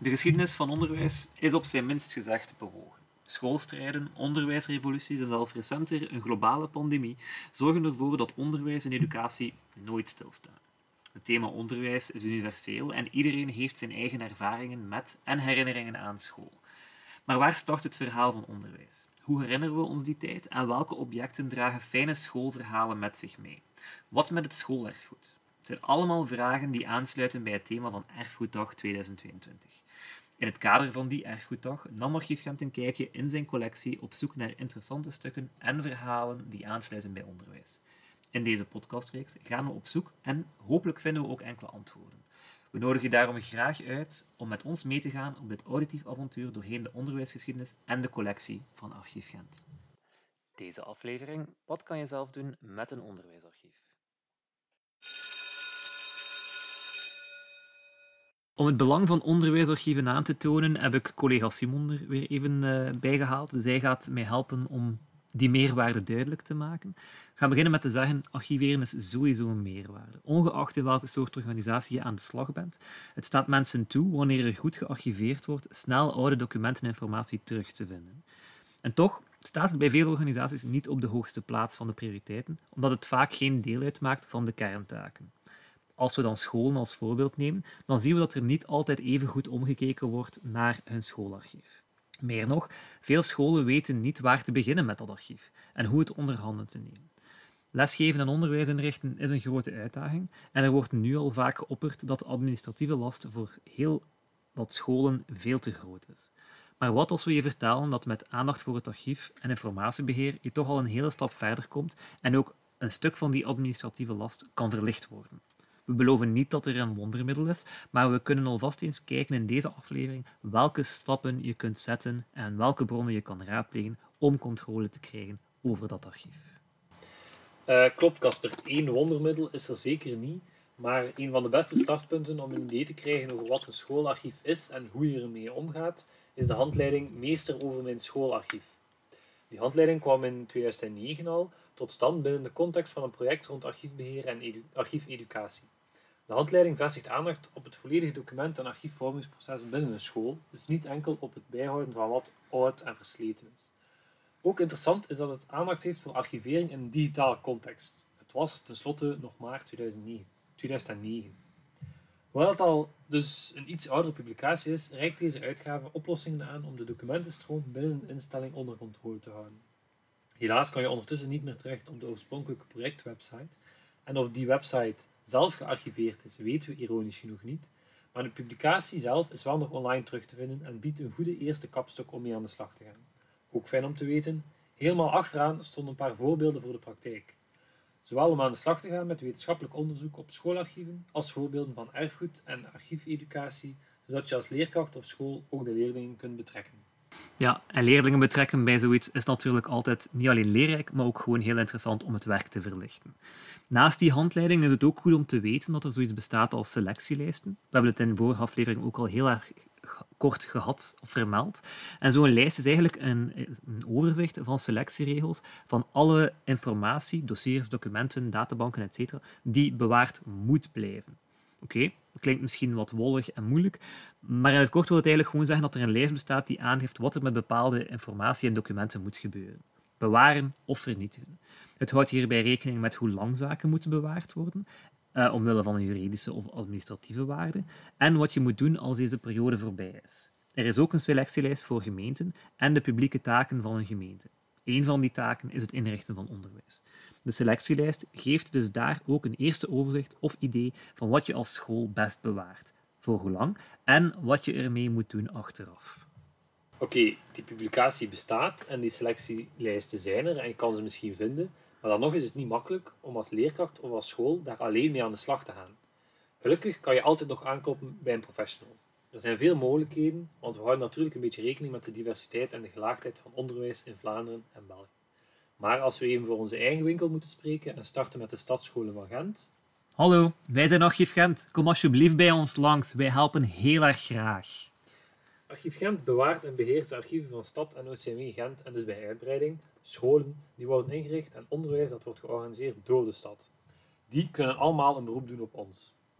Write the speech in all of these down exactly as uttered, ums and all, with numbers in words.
De geschiedenis van onderwijs is op zijn minst gezegd bewogen. Schoolstrijden, onderwijsrevoluties en zelfs recenter een globale pandemie zorgen ervoor dat onderwijs en educatie nooit stilstaan. Het thema onderwijs is universeel en iedereen heeft zijn eigen ervaringen met en herinneringen aan school. Maar waar start het verhaal van onderwijs? Hoe herinneren we ons die tijd en welke objecten dragen fijne schoolverhalen met zich mee? Wat met het schoolerfgoed? Het zijn allemaal vragen die aansluiten bij het thema van Erfgoeddag tweeduizend tweeëntwintig. In het kader van die Erfgoeddag nam Archief Gent een kijkje in zijn collectie op zoek naar interessante stukken en verhalen die aansluiten bij onderwijs. In deze podcastreeks gaan we op zoek en hopelijk vinden we ook enkele antwoorden. We nodigen je daarom graag uit om met ons mee te gaan op dit auditief avontuur doorheen de onderwijsgeschiedenis en de collectie van Archief Gent. Deze aflevering, wat kan je zelf doen met een onderwijsarchief? Om het belang van onderwijsarchieven aan te tonen, heb ik collega Simon er weer even uh, bijgehaald. Dus hij gaat mij helpen om die meerwaarde duidelijk te maken. Ik ga beginnen met te zeggen, archiveren is sowieso een meerwaarde. Ongeacht in welke soort organisatie je aan de slag bent. Het staat mensen toe, wanneer er goed gearchiveerd wordt, snel oude documenten en informatie terug te vinden. En toch staat het bij veel organisaties niet op de hoogste plaats van de prioriteiten, omdat het vaak geen deel uitmaakt van de kerntaken. Als we dan scholen als voorbeeld nemen, dan zien we dat er niet altijd even goed omgekeken wordt naar hun schoolarchief. Meer nog, veel scholen weten niet waar te beginnen met dat archief en hoe het onder handen te nemen. Lesgeven en onderwijs inrichten is een grote uitdaging en er wordt nu al vaak geopperd dat de administratieve last voor heel wat scholen veel te groot is. Maar wat als we je vertellen dat met aandacht voor het archief en informatiebeheer je toch al een hele stap verder komt en ook een stuk van die administratieve last kan verlicht worden? We beloven niet dat er een wondermiddel is, maar we kunnen alvast eens kijken in deze aflevering welke stappen je kunt zetten en welke bronnen je kan raadplegen om controle te krijgen over dat archief. Uh, klopt, Casper. Eén wondermiddel is er zeker niet, maar een van de beste startpunten om een idee te krijgen over wat een schoolarchief is en hoe je ermee omgaat, is de handleiding Meester over mijn schoolarchief. Die handleiding kwam in tweeduizend negen al tot stand binnen de context van een project rond archiefbeheer en edu- archieveducatie. De handleiding vestigt aandacht op het volledige document- en archiefvormingsproces binnen een school, dus niet enkel op het bijhouden van wat oud en versleten is. Ook interessant is dat het aandacht heeft voor archivering in een digitale context. Het was tenslotte nog maar tweeduizend negen. Hoewel het al dus een iets oudere publicatie is, reikt deze uitgave oplossingen aan om de documentenstroom binnen een instelling onder controle te houden. Helaas kan je ondertussen niet meer terecht op de oorspronkelijke projectwebsite. En of die website zelf gearchiveerd is, weten we ironisch genoeg niet. Maar de publicatie zelf is wel nog online terug te vinden en biedt een goede eerste kapstok om mee aan de slag te gaan. Ook fijn om te weten, helemaal achteraan stonden een paar voorbeelden voor de praktijk. Zowel om aan de slag te gaan met wetenschappelijk onderzoek op schoolarchieven, als voorbeelden van erfgoed en archieveducatie, zodat je als leerkracht of school ook de leerlingen kunt betrekken. Ja, en leerlingen betrekken bij zoiets is natuurlijk altijd niet alleen leerrijk, maar ook gewoon heel interessant om het werk te verlichten. Naast die handleiding is het ook goed om te weten dat er zoiets bestaat als selectielijsten. We hebben het in de vorige aflevering ook al heel erg kort gehad of vermeld. En zo'n lijst is eigenlijk een, een overzicht van selectieregels van alle informatie, dossiers, documenten, databanken, et cetera, die bewaard moet blijven. Oké, okay, dat klinkt misschien wat wollig en moeilijk, maar in het kort wil het eigenlijk gewoon zeggen dat er een lijst bestaat die aangeeft wat er met bepaalde informatie en documenten moet gebeuren. Bewaren of vernietigen. Het houdt hierbij rekening met hoe lang zaken moeten bewaard worden, uh, omwille van een juridische of administratieve waarde, en wat je moet doen als deze periode voorbij is. Er is ook een selectielijst voor gemeenten en de publieke taken van een gemeente. Een van die taken is het inrichten van onderwijs. De selectielijst geeft dus daar ook een eerste overzicht of idee van wat je als school best bewaart, voor hoe lang en wat je ermee moet doen achteraf. Oké, okay, die publicatie bestaat en die selectielijsten zijn er en je kan ze misschien vinden, maar dan nog is het niet makkelijk om als leerkracht of als school daar alleen mee aan de slag te gaan. Gelukkig kan je altijd nog aankloppen bij een professional. Er zijn veel mogelijkheden, want we houden natuurlijk een beetje rekening met de diversiteit en de gelaagdheid van onderwijs in Vlaanderen en België. Maar als we even voor onze eigen winkel moeten spreken en starten met de stadsscholen van Gent... Hallo, wij zijn Archief Gent. Kom alsjeblieft bij ons langs. Wij helpen heel erg graag. Archief Gent bewaart en beheert de archieven van Stad en O C M E Gent en dus bij uitbreiding scholen die worden ingericht en onderwijs dat wordt georganiseerd door de stad. Die kunnen allemaal een beroep doen op ons. We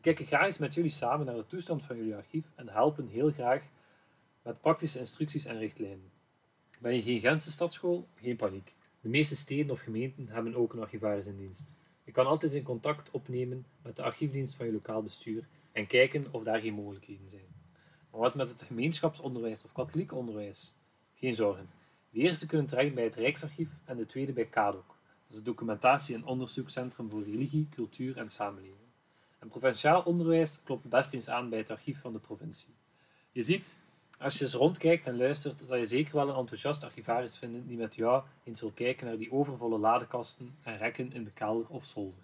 kijken graag eens met jullie samen naar de toestand van jullie archief en helpen heel graag met praktische instructies en richtlijnen. Ben je geen Gentse stadsschool? Geen paniek. De meeste steden of gemeenten hebben ook een archivaris in dienst. Je kan altijd in contact opnemen met de archiefdienst van je lokaal bestuur en kijken of daar geen mogelijkheden zijn. Maar wat met het gemeenschapsonderwijs of katholiek onderwijs? Geen zorgen. De eerste kunnen terecht bij het Rijksarchief en de tweede bij KADOC, dus het Documentatie- en Onderzoekscentrum voor Religie, Cultuur en Samenleving. En provinciaal onderwijs klopt best eens aan bij het archief van de provincie. Je ziet, als je eens rondkijkt en luistert, zal je zeker wel een enthousiast archivaris vinden die met jou eens wil kijken naar die overvolle ladekasten en rekken in de kelder of zolder.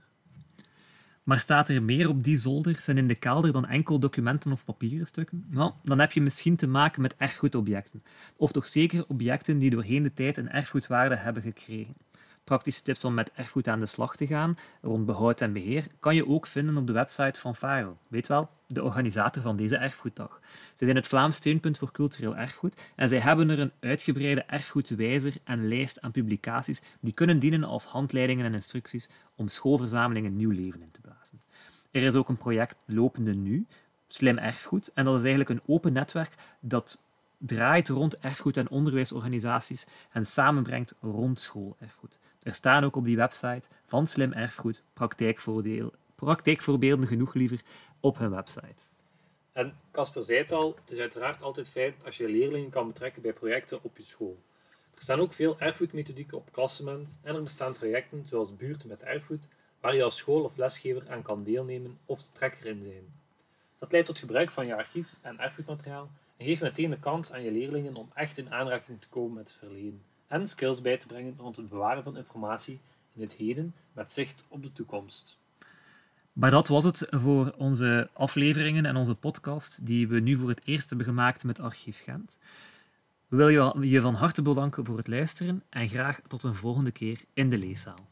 Maar staat er meer op die zolders en in de kelder dan enkel documenten of papieren stukken? Nou, dan heb je misschien te maken met erfgoedobjecten. Of toch zeker objecten die doorheen de tijd een erfgoedwaarde hebben gekregen. Praktische tips om met erfgoed aan de slag te gaan, rond behoud en beheer, kan je ook vinden op de website van Faro. Weet wel, de organisator van deze erfgoeddag. Ze zijn het Vlaams steunpunt voor cultureel erfgoed en zij hebben er een uitgebreide erfgoedwijzer en lijst aan publicaties die kunnen dienen als handleidingen en instructies om schoolverzamelingen nieuw leven in te blazen. Er is ook een project lopende nu, Slim Erfgoed, en dat is eigenlijk een open netwerk dat draait rond erfgoed- en onderwijsorganisaties en samenbrengt rond schoolerfgoed. Er staan ook op die website van Slim Erfgoed praktijkvoordeel, praktijkvoorbeelden genoeg liever op hun website. En Casper zei het al, het is uiteraard altijd fijn als je leerlingen kan betrekken bij projecten op je school. Er staan ook veel erfgoedmethodieken op Klassement en er bestaan trajecten zoals Buurten met Erfgoed, waar je als school of lesgever aan kan deelnemen of trekker in zijn. Dat leidt tot gebruik van je archief en erfgoedmateriaal en geeft meteen de kans aan je leerlingen om echt in aanraking te komen met het verleden en skills bij te brengen rond het bewaren van informatie in het heden met zicht op de toekomst. Maar dat was het voor onze afleveringen en onze podcast die we nu voor het eerst hebben gemaakt met Archief Gent. We willen je van harte bedanken voor het luisteren en graag tot een volgende keer in de leeszaal.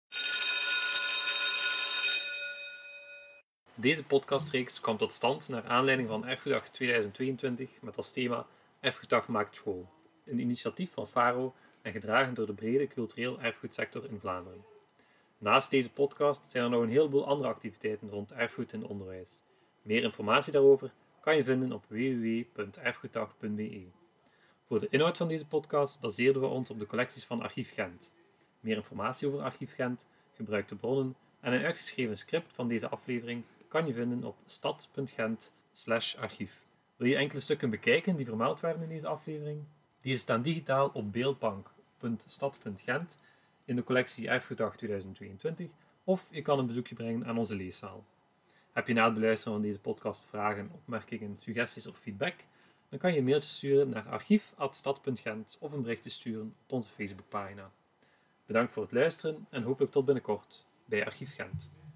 Deze podcastreeks kwam tot stand naar aanleiding van Erfgoeddag tweeduizend tweeëntwintig met als thema Erfgoeddag maakt school, een initiatief van Faro en gedragen door de brede cultureel erfgoedsector in Vlaanderen. Naast deze podcast zijn er nog een heleboel andere activiteiten rond erfgoed in onderwijs. Meer informatie daarover kan je vinden op w w w punt erfgoeddag punt b e. Voor de inhoud van deze podcast baseerden we ons op de collecties van Archief Gent. Meer informatie over Archief Gent, gebruikte bronnen en een uitgeschreven script van deze aflevering kan je vinden op stad punt gent slash archief. Wil je enkele stukken bekijken die vermeld werden in deze aflevering? Deze staan digitaal op beeldbank punt stad punt gent in de collectie Erfgoeddag tweeduizend tweeëntwintig of je kan een bezoekje brengen aan onze leeszaal. Heb je na het beluisteren van deze podcast vragen, opmerkingen, suggesties of feedback? Dan kan je een mailtje sturen naar archief apenstaartje stad punt gent of een berichtje sturen op onze Facebookpagina. Bedankt voor het luisteren en hopelijk tot binnenkort bij Archief Gent.